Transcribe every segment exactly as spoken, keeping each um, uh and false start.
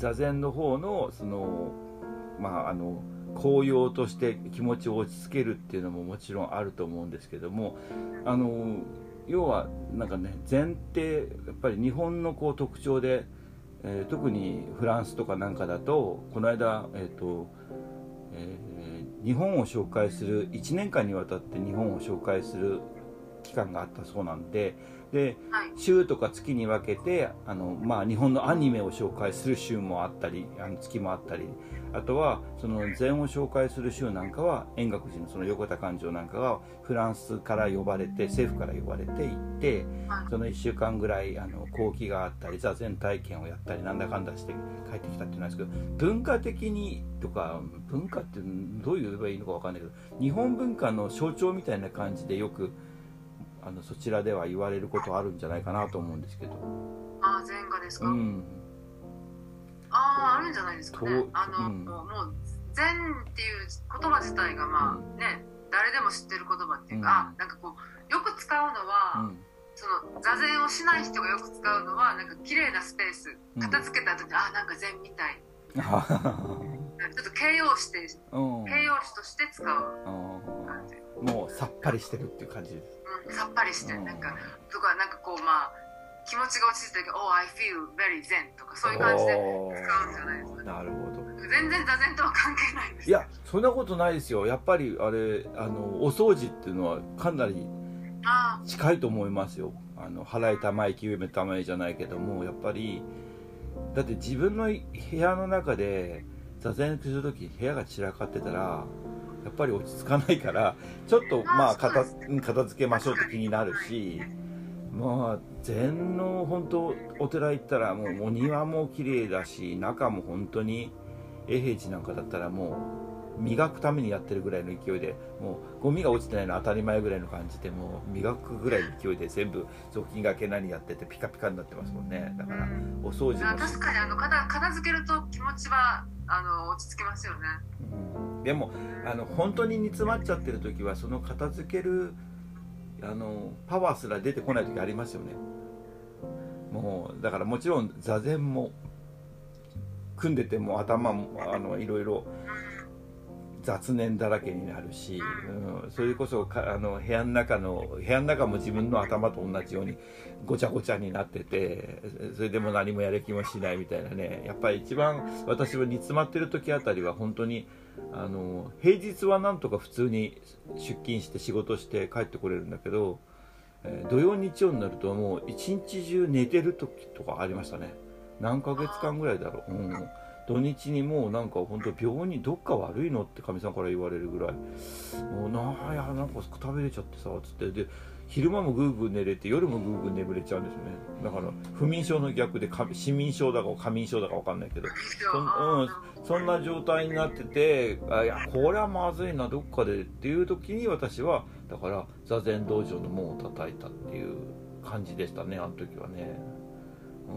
座禅の方のそのまああの効用として気持ちを落ち着けるっていうのももちろんあると思うんですけども、あの要はなんかね、禅ってやっぱり日本のこう特徴で、えー、特にフランスとかなんかだとこの間、えーとえー、日本を紹介するいちねんかんにわたって日本を紹介する期間があったそうなんで、で週とか月に分けてあの、まあ、日本のアニメを紹介する週もあったり、あの月もあったり、あとはその禅を紹介する週なんかは円覚寺のその横田館長なんかがフランスから呼ばれて、政府から呼ばれて行って、そのいっしゅうかんぐらいあの講義があったり座禅体験をやったりなんだかんだして帰ってきたっていうんですけど、文化的にとか、文化ってどう言えばいいのか分かんないけど、日本文化の象徴みたいな感じでよくあのそちらでは言われることあるんじゃないかなと思うんですけど。 ああ、禅がですか。うん、ああ、あるんじゃないですかね。あの、うん、もう禅っていう言葉自体がまあね、うん、誰でも知ってる言葉っていうか、うん、なんかこうよく使うのは、うん、その座禅をしない人がよく使うのはなんか綺麗なスペース片付けた後に、うん、あ、なんか禅みたいちょっと形容詞で、うん、形容詞として使う感じ。 もうさっぱりしてるっていう感じです。 うん、さっぱりしてる、なんかとかなんかこうまあ気持ちが落ち着いた時、Oh, I feel very zen とかそういう感じで使うんじゃないですか、ね。 なるほど。 全然座禅とは関係ないんです。 いや、そんなことないですよ。やっぱりあれあのお掃除っていうのはかなり近いと思いますよ。あの払いたまえ清めたまえじゃないけども、やっぱりだって自分の部屋の中で座禅するとき部屋が散らかってたらやっぱり落ち着かないから、ちょっとまあ 片, 片付けましょうって気になるし、まあ禅の本当お寺行ったらもうお庭も綺麗だし、中も本当に永平寺なんかだったらもう磨くためにやってるぐらいの勢いで、もうゴミが落ちてないの当たり前ぐらいの感じで、もう磨くぐらいの勢いで全部雑巾がけ何やっててピカピカになってますもんね。だからお掃除も確かにあの 片, 片付けると気持ちはあの落ち着きますよね。 うん、でもあの本当に煮詰まっちゃってる時はその片付けるあのパワーすら出てこない時ありますよね。もうだからもちろん座禅も組んでても頭もあのいろいろ雑念だらけになるし、うん、それこそかあの部屋の中の部屋の中も自分の頭と同じようにごちゃごちゃになってて、それでも何もやる気もしないみたいなね。やっぱり一番私は煮詰まってる時あたりは本当にあの平日はなんとか普通に出勤して仕事して帰ってこれるんだけど、えー、土曜日曜になるともう一日中寝てる時とかありましたね。何ヶ月間ぐらいだろう、うん、土日にもうなんか本当病院どっか悪いのってかみさんから言われるぐらい、もうなやなんか食べれちゃってさつって、で昼間もグーグー寝れて夜もグーグー眠れちゃうんですよね。だから不眠症の逆で市民症だか過眠症だか分かんないけど、そ ん,、うん、そんな状態になってて、あいやこれはまずいなどっかでっていう時に私はだから座禅道場の門を叩いたっていう感じでしたね、あの時はね。うん、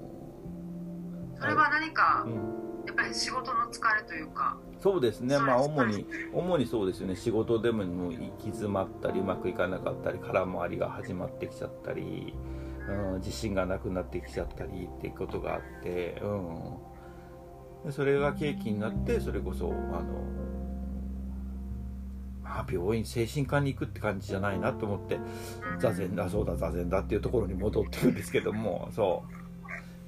それは何か、うん、やっぱり仕事の疲れというか。 そうですね、まあ主に主にそうですよね。仕事でももう行き詰まったりうまくいかなかったり空回りが始まってきちゃったり、うん、自信がなくなってきちゃったりっていうことがあって、うん、でそれが契機になってそれこそあの、まあ、病院精神科に行くって感じじゃないなと思って座禅だそうだ座禅だっていうところに戻ってるんですけども、そう、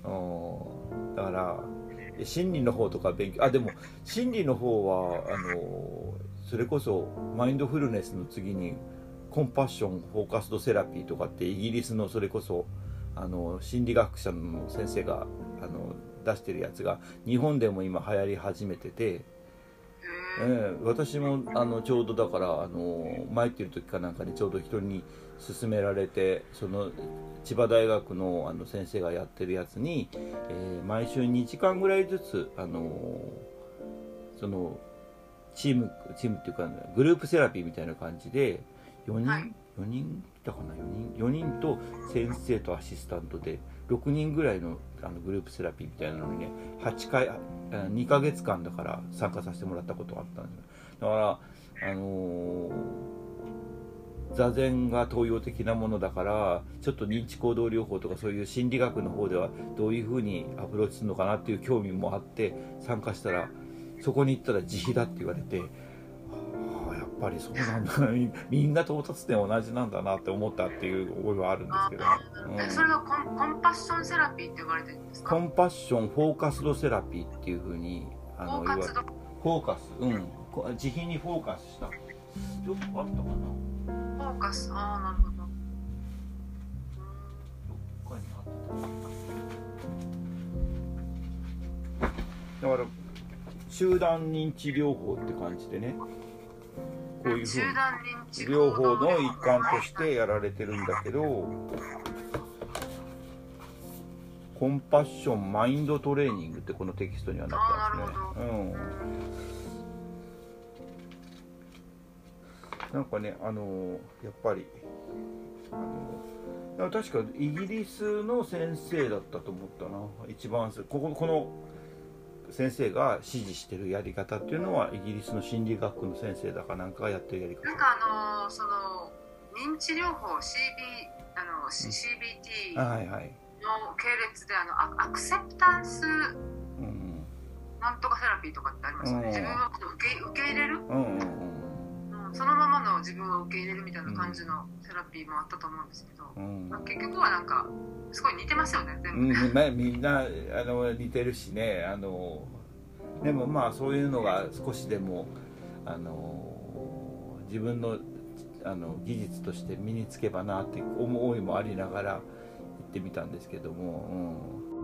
うん、だから心理の方とか勉強、あでも心理の方はあのそれこそマインドフルネスの次にコンパッションフォーカスドセラピーとかってイギリスのそれこそあの心理学者の先生があの出してるやつが日本でも今流行り始めてて、えー、私もあのちょうどだからあの前っていう時かなんかにちょうど人に勧められて、その千葉大学 の, あの先生がやってるやつに、えー、毎週にじかんぐらいずつあのそのチームチームっていうか、ね、グループセラピーみたいな感じでよにん、はい、よにんだかなよにんよにんと先生とアシスタントでろくにんぐらい の, あのグループセラピーみたいなのにねはちかいにかげつかんだから参加させてもらったことがあったんですよ。だからあのー座禅が東洋的なものだからちょっと認知行動療法とかそういう心理学の方ではどういうふうにアプローチするのかなっていう興味もあって参加したら、そこに行ったら慈悲だって言われて、はあ、やっぱりそうなんだみんな到達点同じなんだなって思ったっていう覚えはあるんですけど、 うん、それはコン、コンパッションセラピーって呼ばれてるんですか？ コンパッションフォーカスドセラピーっていうふうにあのフォーカスドフォーカス、うん、慈悲にフォーカスしたよくあったかな。 フォーカス、ああ、なるほど。 どっかにあっただから集団認知療法って感じでね、こういうふうに療法の一環としてやられてるんだけど、コンパッションマインドトレーニングってこのテキストにはなってますね。うん、なんかね、あのやっぱりあの確かイギリスの先生だったと思ったな、一番こここの先生が指示してるやり方っていうのはイギリスの心理学の先生だかなんかがやってるやり方。 なんかあのその認知療法 シービー あの、うん、シービーティー の系列であのアクセプタンス、うん、なんとかセラピーとかってありますよね、うん、自分を受け、受け入れる、うんうんうん、そのままの自分を受け入れるみたいな感じのセラピーもあったと思うんですけど、うんまあ、結局はなんかすごい似てますよね全部、うんまあ、 みんなあの似てるしね、あのでもまあそういうのが少しでもあの自分の、あの技術として身につけばなって思いもありながら行ってみたんですけども、うん